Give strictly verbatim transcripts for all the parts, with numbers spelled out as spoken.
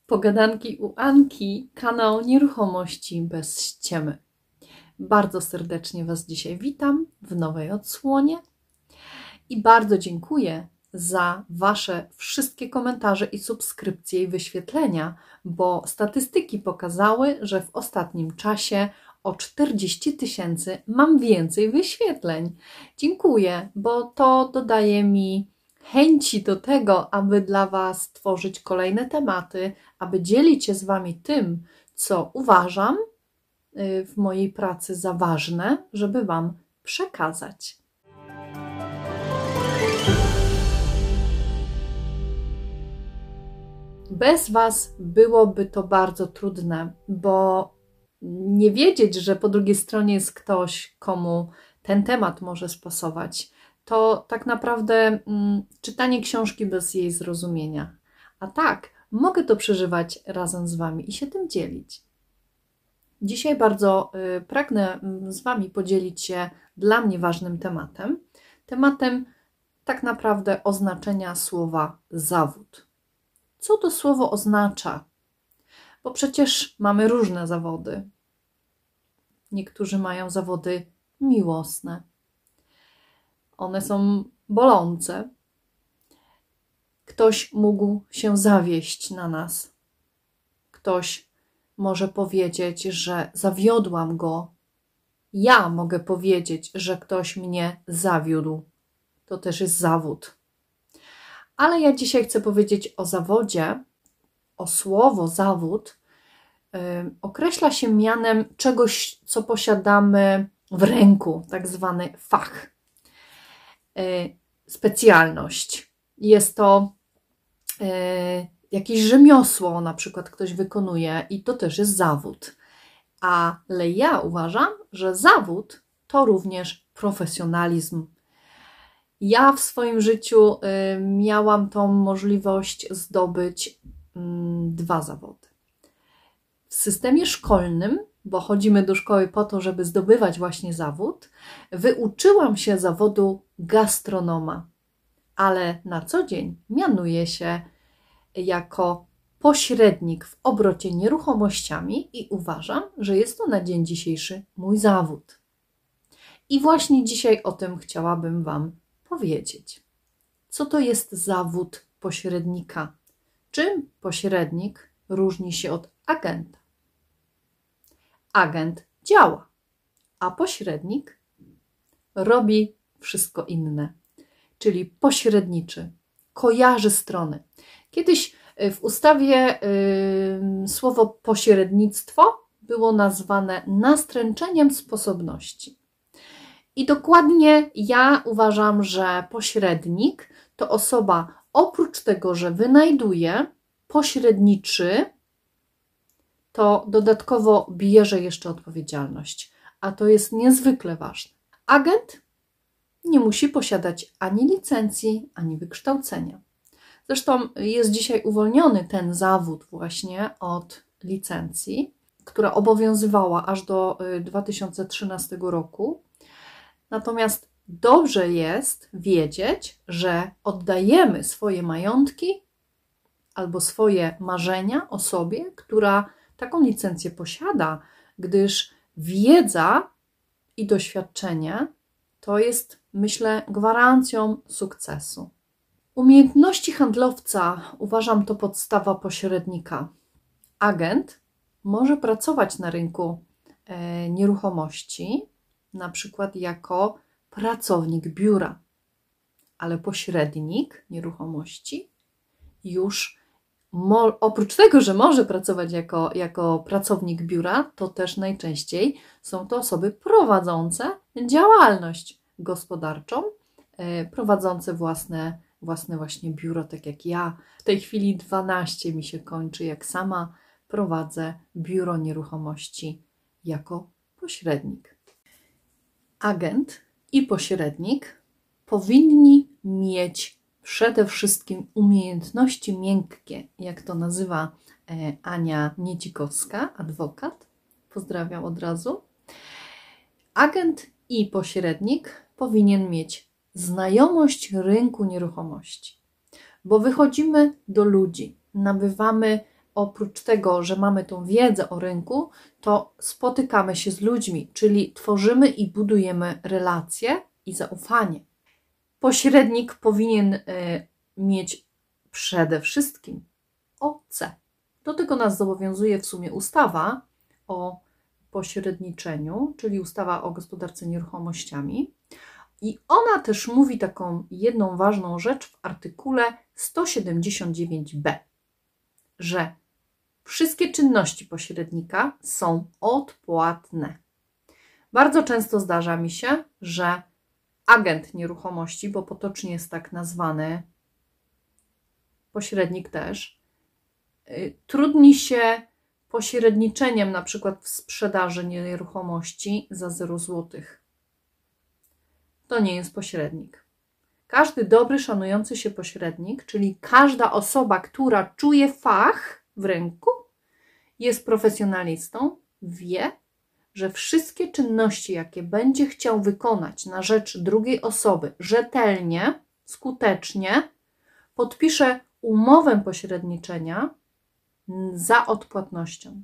Pogadanki u Anki, kanał Nieruchomości bez ściemy. Bardzo serdecznie Was dzisiaj witam w nowej odsłonie i bardzo dziękuję za Wasze wszystkie komentarze i subskrypcje i wyświetlenia, bo statystyki pokazały, że w ostatnim czasie o czterdzieści tysięcy mam więcej wyświetleń. Dziękuję, bo to dodaje mi chęci do tego, aby dla Was tworzyć kolejne tematy, aby dzielić się z Wami tym, co uważam w mojej pracy za ważne, żeby Wam przekazać. Bez Was byłoby to bardzo trudne, bo nie wiedzieć, że po drugiej stronie jest ktoś, komu ten temat może spasować, to tak naprawdę mm, czytanie książki bez jej zrozumienia. A tak, mogę to przeżywać razem z Wami i się tym dzielić. Dzisiaj bardzo y, pragnę z Wami podzielić się dla mnie ważnym tematem. Tematem tak naprawdę oznaczenia słowa zawód. Co to słowo oznacza? Bo przecież mamy różne zawody. Niektórzy mają zawody miłosne. One są bolące. Ktoś mógł się zawieść na nas. Ktoś może powiedzieć, że zawiodłam go. Ja mogę powiedzieć, że ktoś mnie zawiódł. To też jest zawód. Ale ja dzisiaj chcę powiedzieć o zawodzie, o słowo zawód. Yy, określa się mianem czegoś, co posiadamy w ręku, tak zwany fach. Specjalność. Jest to y, jakieś rzemiosło, na przykład ktoś wykonuje i to też jest zawód. Ale ja uważam, że zawód to również profesjonalizm. Ja w swoim życiu y, miałam tą możliwość zdobyć y, dwa zawody. W systemie szkolnym, bo chodzimy do szkoły po to, żeby zdobywać właśnie zawód, wyuczyłam się zawodu gastronoma, ale na co dzień mianuję się jako pośrednik w obrocie nieruchomościami i uważam, że jest to na dzień dzisiejszy mój zawód. I właśnie dzisiaj o tym chciałabym Wam powiedzieć. Co to jest zawód pośrednika? Czym pośrednik różni się od agenta? Agent działa, a pośrednik robi wszystko inne, czyli pośredniczy, kojarzy strony. Kiedyś w ustawie yy, słowo pośrednictwo było nazwane nastręczeniem sposobności. I dokładnie ja uważam, że pośrednik to osoba oprócz tego, że wynajduje, pośredniczy, to dodatkowo bierze jeszcze odpowiedzialność, a to jest niezwykle ważne. Agent nie musi posiadać ani licencji, ani wykształcenia. Zresztą jest dzisiaj uwolniony ten zawód właśnie od licencji, która obowiązywała aż do dwa tysiące trzynastego roku. Natomiast dobrze jest wiedzieć, że oddajemy swoje majątki albo swoje marzenia osobie, która taką licencję posiada, gdyż wiedza i doświadczenie to jest, myślę, gwarancją sukcesu. Umiejętności handlowca uważam to podstawa pośrednika. Agent może pracować na rynku e, nieruchomości, na przykład jako pracownik biura, ale pośrednik nieruchomości już Mo, oprócz tego, że może pracować jako, jako pracownik biura, to też najczęściej są to osoby prowadzące działalność gospodarczą, e, prowadzące własne, własne właśnie biuro, tak jak ja. W tej chwili dwanaście mi się kończy, jak sama prowadzę biuro nieruchomości jako pośrednik. Agent i pośrednik powinni mieć przede wszystkim umiejętności miękkie, jak to nazywa Ania Niedzikowska, adwokat. Pozdrawiam od razu. Agent i pośrednik powinien mieć znajomość rynku nieruchomości, bo wychodzimy do ludzi, nabywamy oprócz tego, że mamy tą wiedzę o rynku, to spotykamy się z ludźmi, czyli tworzymy i budujemy relacje i zaufanie. Pośrednik powinien y, mieć przede wszystkim O C. Do tego nas zobowiązuje w sumie ustawa o pośredniczeniu, czyli ustawa o gospodarce nieruchomościami. I ona też mówi taką jedną ważną rzecz w artykule sto siedemdziesiąt dziewięć b, że wszystkie czynności pośrednika są odpłatne. Bardzo często zdarza mi się, że agent nieruchomości, bo potocznie jest tak nazwany, pośrednik też, trudni się pośredniczeniem na przykład w sprzedaży nieruchomości za zero złotych. To nie jest pośrednik. Każdy dobry, szanujący się pośrednik, czyli każda osoba, która czuje fach w rynku, jest profesjonalistą, wie, że wszystkie czynności, jakie będzie chciał wykonać na rzecz drugiej osoby rzetelnie, skutecznie, podpisze umowę pośredniczenia za odpłatnością.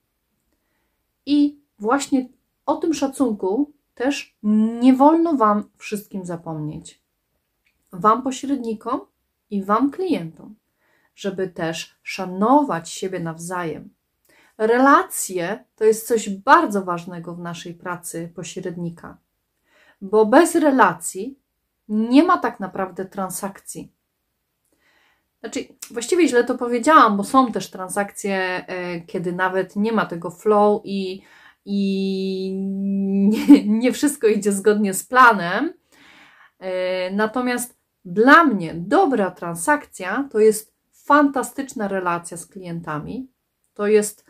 I właśnie o tym szacunku też nie wolno Wam wszystkim zapomnieć. Wam pośrednikom i Wam klientom, żeby też szanować siebie nawzajem. Relacje to jest coś bardzo ważnego w naszej pracy pośrednika, bo bez relacji nie ma tak naprawdę transakcji. Znaczy, właściwie źle to powiedziałam, bo są też transakcje, kiedy nawet nie ma tego flow i, i nie, nie wszystko idzie zgodnie z planem. Natomiast dla mnie dobra transakcja to jest fantastyczna relacja z klientami. To jest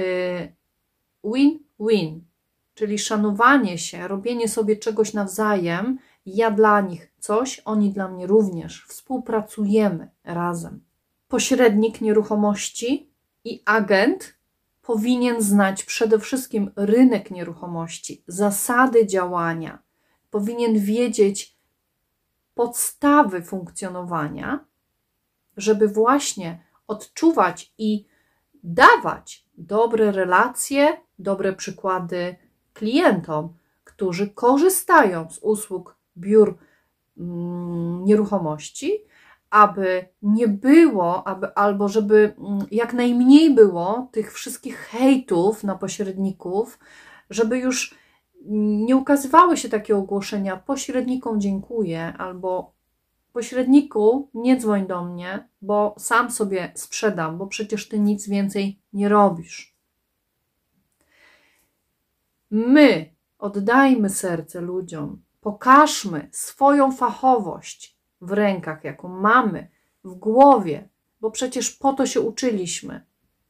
win-win, czyli szanowanie się, robienie sobie czegoś nawzajem. Ja dla nich coś, oni dla mnie również. Współpracujemy razem. Pośrednik nieruchomości i agent powinien znać przede wszystkim rynek nieruchomości, zasady działania. Powinien wiedzieć podstawy funkcjonowania, żeby właśnie odczuwać i dawać dobre relacje, dobre przykłady klientom, którzy korzystają z usług biur mm, nieruchomości, aby nie było, aby, albo żeby jak najmniej było tych wszystkich hejtów na pośredników, żeby już nie ukazywały się takie ogłoszenia: pośrednikom dziękuję, albo pośredniku nie dzwoń do mnie, bo sam sobie sprzedam, bo przecież ty nic więcej nie robisz. My oddajmy serce ludziom, pokażmy swoją fachowość w rękach, jaką mamy, w głowie, bo przecież po to się uczyliśmy.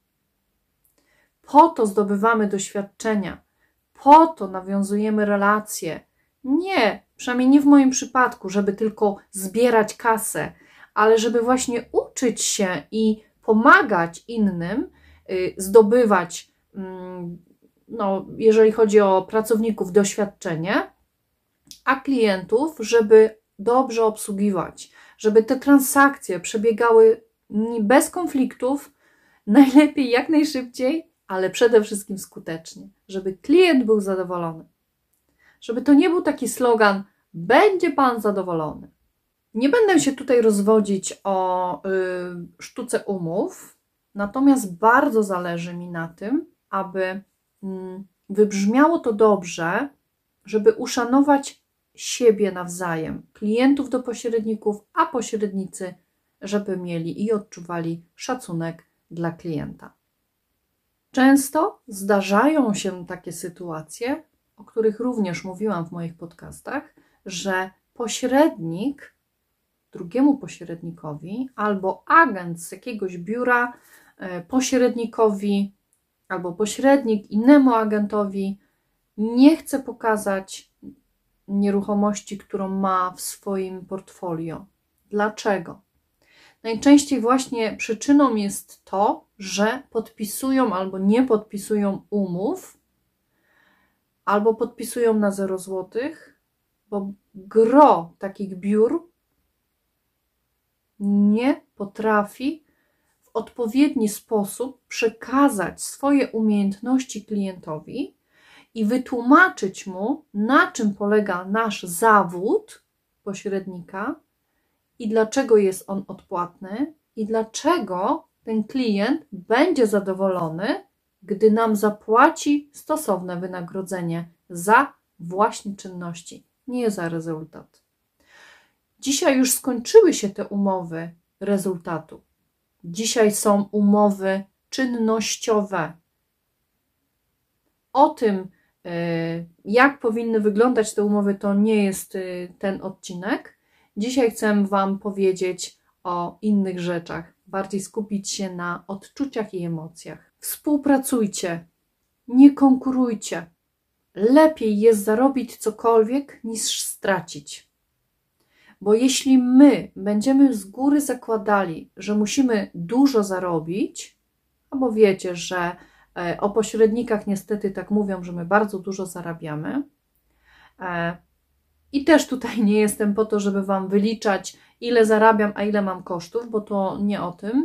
Po to zdobywamy doświadczenia, po to nawiązujemy relacje. Nie, przynajmniej nie w moim przypadku, żeby tylko zbierać kasę, ale żeby właśnie uczyć się i pomagać innym, zdobywać, no, jeżeli chodzi o pracowników, doświadczenie, a klientów, żeby dobrze obsługiwać, żeby te transakcje przebiegały bez konfliktów, najlepiej jak najszybciej, ale przede wszystkim skutecznie, żeby klient był zadowolony. Żeby to nie był taki slogan: będzie Pan zadowolony. Nie będę się tutaj rozwodzić o y, sztuce umów, natomiast bardzo zależy mi na tym, aby y, wybrzmiało to dobrze, żeby uszanować siebie nawzajem, klientów do pośredników, a pośrednicy, żeby mieli i odczuwali szacunek dla klienta. Często zdarzają się takie sytuacje, o których również mówiłam w moich podcastach, że pośrednik drugiemu pośrednikowi albo agent z jakiegoś biura pośrednikowi albo pośrednik innemu agentowi nie chce pokazać nieruchomości, którą ma w swoim portfolio. Dlaczego? Najczęściej właśnie przyczyną jest to, że podpisują albo nie podpisują umów, albo podpisują na zero złotych, bo gro takich biur nie potrafi w odpowiedni sposób przekazać swoje umiejętności klientowi i wytłumaczyć mu, na czym polega nasz zawód pośrednika i dlaczego jest on odpłatny i dlaczego ten klient będzie zadowolony, gdy nam zapłaci stosowne wynagrodzenie za właśnie czynności, nie za rezultat. Dzisiaj już skończyły się te umowy rezultatu. Dzisiaj są umowy czynnościowe. O tym, jak powinny wyglądać te umowy, to nie jest ten odcinek. Dzisiaj chcę Wam powiedzieć o innych rzeczach, bardziej skupić się na odczuciach i emocjach. Współpracujcie, nie konkurujcie. Lepiej jest zarobić cokolwiek niż stracić. Bo jeśli my będziemy z góry zakładali, że musimy dużo zarobić, no bo wiecie, że o pośrednikach niestety tak mówią, że my bardzo dużo zarabiamy. I też tutaj nie jestem po to, żeby Wam wyliczać, ile zarabiam, a ile mam kosztów, bo to nie o tym.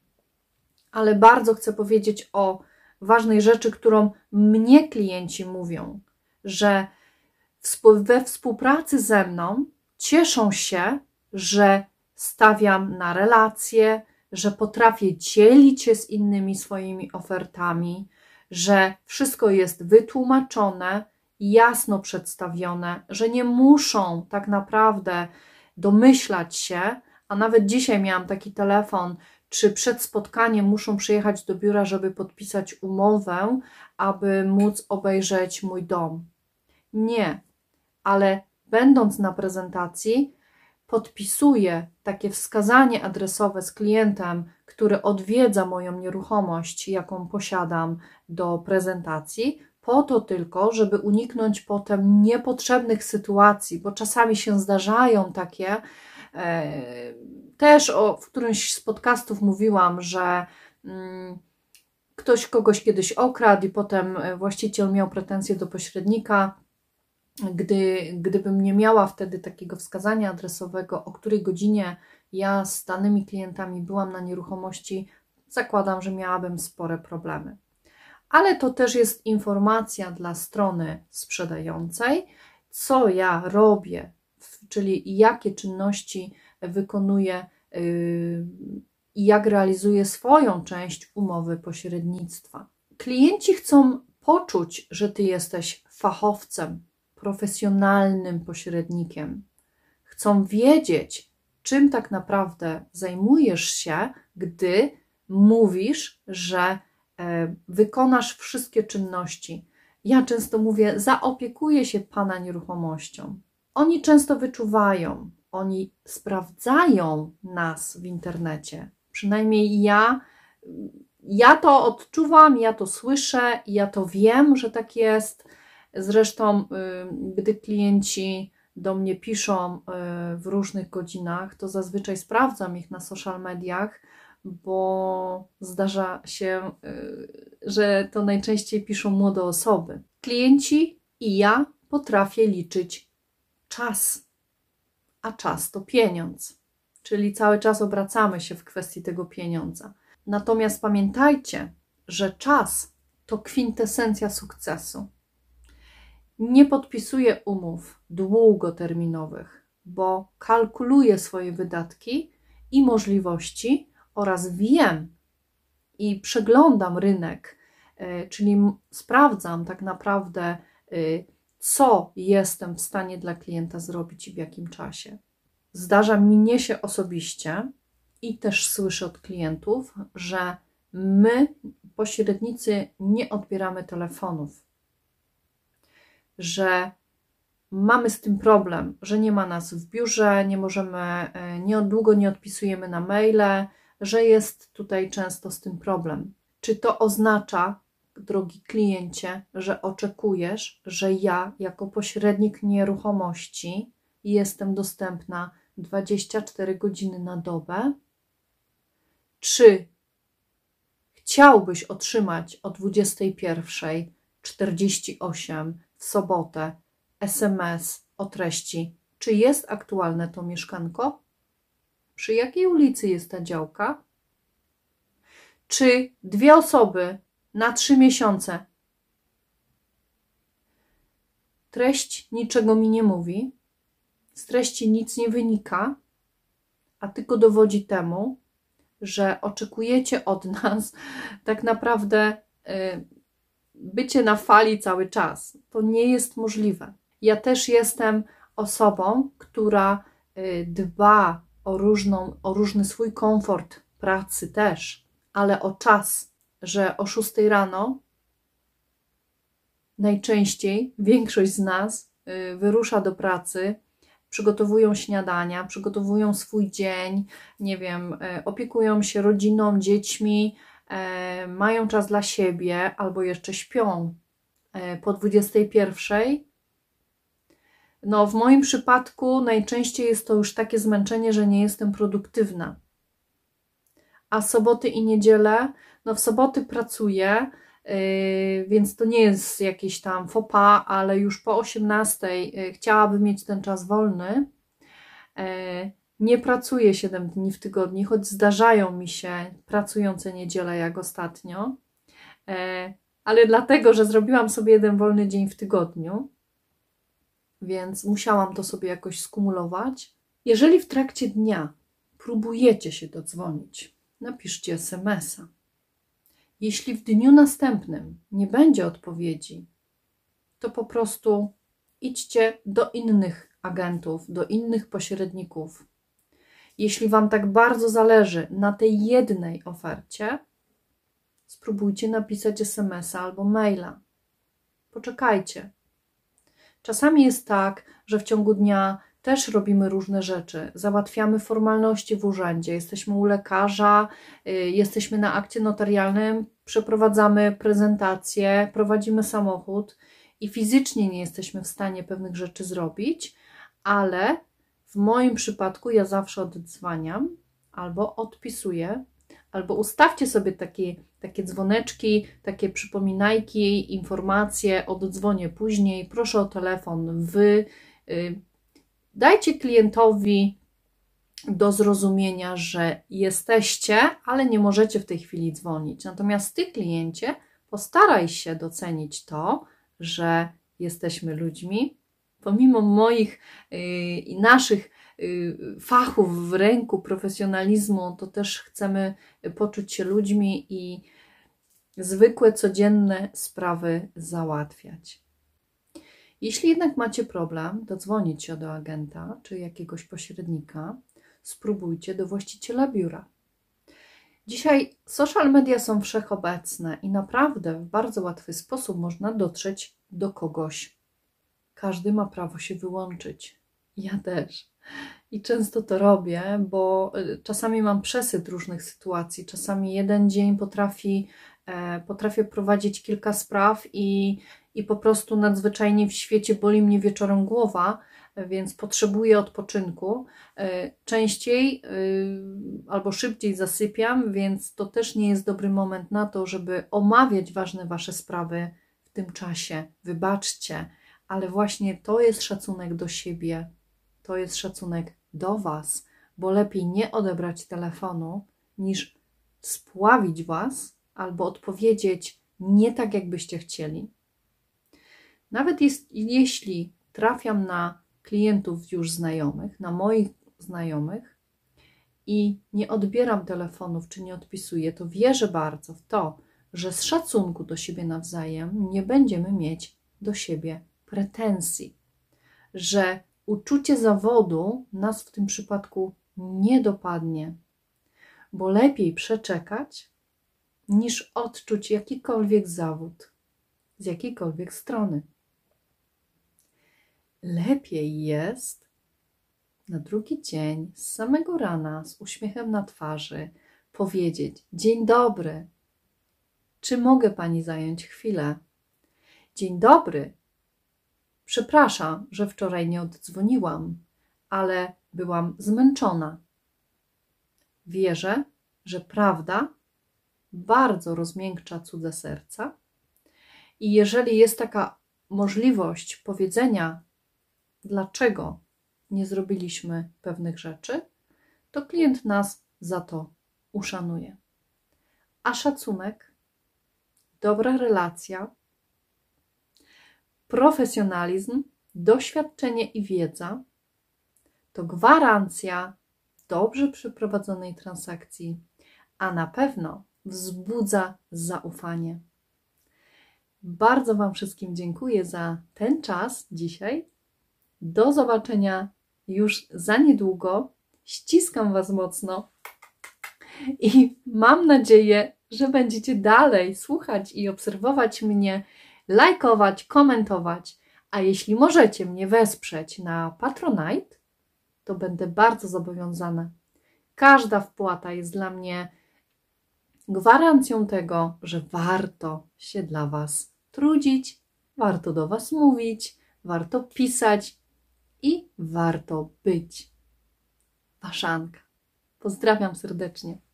Ale bardzo chcę powiedzieć o ważnej rzeczy, którą mnie klienci mówią, że we współpracy ze mną cieszą się, że stawiam na relacje, że potrafię dzielić się z innymi swoimi ofertami, że wszystko jest wytłumaczone, jasno przedstawione, że nie muszą tak naprawdę domyślać się, a nawet dzisiaj miałam taki telefon, czy przed spotkaniem muszą przyjechać do biura, żeby podpisać umowę, aby móc obejrzeć mój dom. Nie, ale będąc na prezentacji, podpisuję takie wskazanie adresowe z klientem, który odwiedza moją nieruchomość, jaką posiadam do prezentacji, po to tylko, żeby uniknąć potem niepotrzebnych sytuacji, bo czasami się zdarzają takie, e, też o, w którymś z podcastów mówiłam, że mm, ktoś kogoś kiedyś okradł i potem właściciel miał pretensje do pośrednika. Gdy, gdybym nie miała wtedy takiego wskazania adresowego, o której godzinie ja z danymi klientami byłam na nieruchomości, zakładam, że miałabym spore problemy. Ale to też jest informacja dla strony sprzedającej, co ja robię, czyli jakie czynności wykonuję i jak realizuję swoją część umowy pośrednictwa. Klienci chcą poczuć, że Ty jesteś fachowcem, profesjonalnym pośrednikiem. Chcą wiedzieć, czym tak naprawdę zajmujesz się, gdy mówisz, że wykonasz wszystkie czynności. Ja często mówię, zaopiekuję się Pana nieruchomością. Oni często wyczuwają, oni sprawdzają nas w internecie. Przynajmniej ja, ja to odczuwam, ja to słyszę, ja to wiem, że tak jest. Zresztą, gdy klienci do mnie piszą w różnych godzinach, to zazwyczaj sprawdzam ich na social mediach, bo zdarza się, że to najczęściej piszą młode osoby. Klienci i ja potrafię liczyć czas, a czas to pieniądz, czyli cały czas obracamy się w kwestii tego pieniądza. Natomiast pamiętajcie, że czas to kwintesencja sukcesu. Nie podpisuję umów długoterminowych, bo kalkuluję swoje wydatki i możliwości oraz wiem i przeglądam rynek, czyli sprawdzam tak naprawdę, co jestem w stanie dla klienta zrobić i w jakim czasie. Zdarza mnie się osobiście i też słyszę od klientów, że my, pośrednicy, nie odbieramy telefonów, że mamy z tym problem, że nie ma nas w biurze, nie możemy, nie długo nie odpisujemy na maile, że jest tutaj często z tym problem. Czy to oznacza, drogi kliencie, że oczekujesz, że ja jako pośrednik nieruchomości jestem dostępna dwadzieścia cztery godziny na dobę? Czy chciałbyś otrzymać o dwudziestej pierwszej czterdzieści osiem w sobotę es em es o treści, czy jest aktualne to mieszkanko? Przy jakiej ulicy jest ta działka? czy dwie osoby na trzy miesiące. Treść niczego mi nie mówi, z treści nic nie wynika, a tylko dowodzi temu, że oczekujecie od nas tak naprawdę y, bycie na fali cały czas. To nie jest możliwe. Ja też jestem osobą, która y, dba o, różną, o różny swój komfort pracy też, ale o czas, że o szóstej rano najczęściej większość z nas y, wyrusza do pracy, przygotowują śniadania, przygotowują swój dzień, nie wiem, y, opiekują się rodziną, dziećmi, y, mają czas dla siebie albo jeszcze śpią y, po dwudziestej pierwszej. No, w moim przypadku najczęściej jest to już takie zmęczenie, że nie jestem produktywna. A soboty i niedzielę, no w soboty pracuję, Yy, więc to nie jest jakieś tam faux pas, ale już po osiemnastej yy, chciałabym mieć ten czas wolny. Yy, nie pracuję siedem dni w tygodniu, choć zdarzają mi się pracujące niedziele jak ostatnio, yy, ale dlatego, że zrobiłam sobie jeden wolny dzień w tygodniu, więc musiałam to sobie jakoś skumulować. Jeżeli w trakcie dnia próbujecie się dodzwonić, napiszcie es em es a. Jeśli w dniu następnym nie będzie odpowiedzi, to po prostu idźcie do innych agentów, do innych pośredników. Jeśli Wam tak bardzo zależy na tej jednej ofercie, spróbujcie napisać es em es a albo maila. Poczekajcie. Czasami jest tak, że w ciągu dnia też robimy różne rzeczy, załatwiamy formalności w urzędzie, jesteśmy u lekarza, yy, jesteśmy na akcie notarialnym, przeprowadzamy prezentację, prowadzimy samochód i fizycznie nie jesteśmy w stanie pewnych rzeczy zrobić, ale w moim przypadku ja zawsze oddzwaniam albo odpisuję, albo ustawcie sobie takie, takie dzwoneczki, takie przypominajki, informacje, oddzwonię później, proszę o telefon, wy... Yy, Dajcie klientowi do zrozumienia, że jesteście, ale nie możecie w tej chwili dzwonić. Natomiast ty, kliencie, postaraj się docenić to, że jesteśmy ludźmi. Pomimo moich i yy, naszych yy, fachów w ręku, profesjonalizmu, to też chcemy poczuć się ludźmi i zwykłe, codzienne sprawy załatwiać. Jeśli jednak macie problem dodzwonić się do agenta czy jakiegoś pośrednika, spróbujcie do właściciela biura. Dzisiaj social media są wszechobecne i naprawdę w bardzo łatwy sposób można dotrzeć do kogoś. Każdy ma prawo się wyłączyć. Ja też. I często to robię, bo czasami mam przesyt różnych sytuacji. Czasami jeden dzień potrafi, e, potrafię prowadzić kilka spraw i i po prostu nadzwyczajnie w świecie boli mnie wieczorem głowa, więc potrzebuję odpoczynku. Częściej albo szybciej zasypiam, więc to też nie jest dobry moment na to, żeby omawiać ważne Wasze sprawy w tym czasie. Wybaczcie, ale właśnie to jest szacunek do siebie, to jest szacunek do Was, bo lepiej nie odebrać telefonu, niż spławić Was albo odpowiedzieć nie tak, jakbyście chcieli. Nawet jest, jeśli trafiam na klientów już znajomych, na moich znajomych i nie odbieram telefonów czy nie odpisuję, to wierzę bardzo w to, że z szacunku do siebie nawzajem nie będziemy mieć do siebie pretensji, że uczucie zawodu nas w tym przypadku nie dopadnie, bo lepiej przeczekać niż odczuć jakikolwiek zawód z jakiejkolwiek strony. Lepiej jest na drugi dzień, z samego rana, z uśmiechem na twarzy, powiedzieć: dzień dobry, czy mogę Pani zająć chwilę? Dzień dobry, przepraszam, że wczoraj nie oddzwoniłam, ale byłam zmęczona. Wierzę, że prawda bardzo rozmiękcza cudze serca i jeżeli jest taka możliwość powiedzenia, dlaczego nie zrobiliśmy pewnych rzeczy, to klient nas za to uszanuje. A szacunek, dobra relacja, profesjonalizm, doświadczenie i wiedza to gwarancja dobrze przeprowadzonej transakcji, a na pewno wzbudza zaufanie. Bardzo Wam wszystkim dziękuję za ten czas dzisiaj. Do zobaczenia już za niedługo. Ściskam Was mocno i mam nadzieję, że będziecie dalej słuchać i obserwować mnie, lajkować, komentować. A jeśli możecie mnie wesprzeć na Patronite, to będę bardzo zobowiązana. Każda wpłata jest dla mnie gwarancją tego, że warto się dla Was trudzić, warto do Was mówić, warto pisać i warto być. Wasza Anka. Pozdrawiam serdecznie.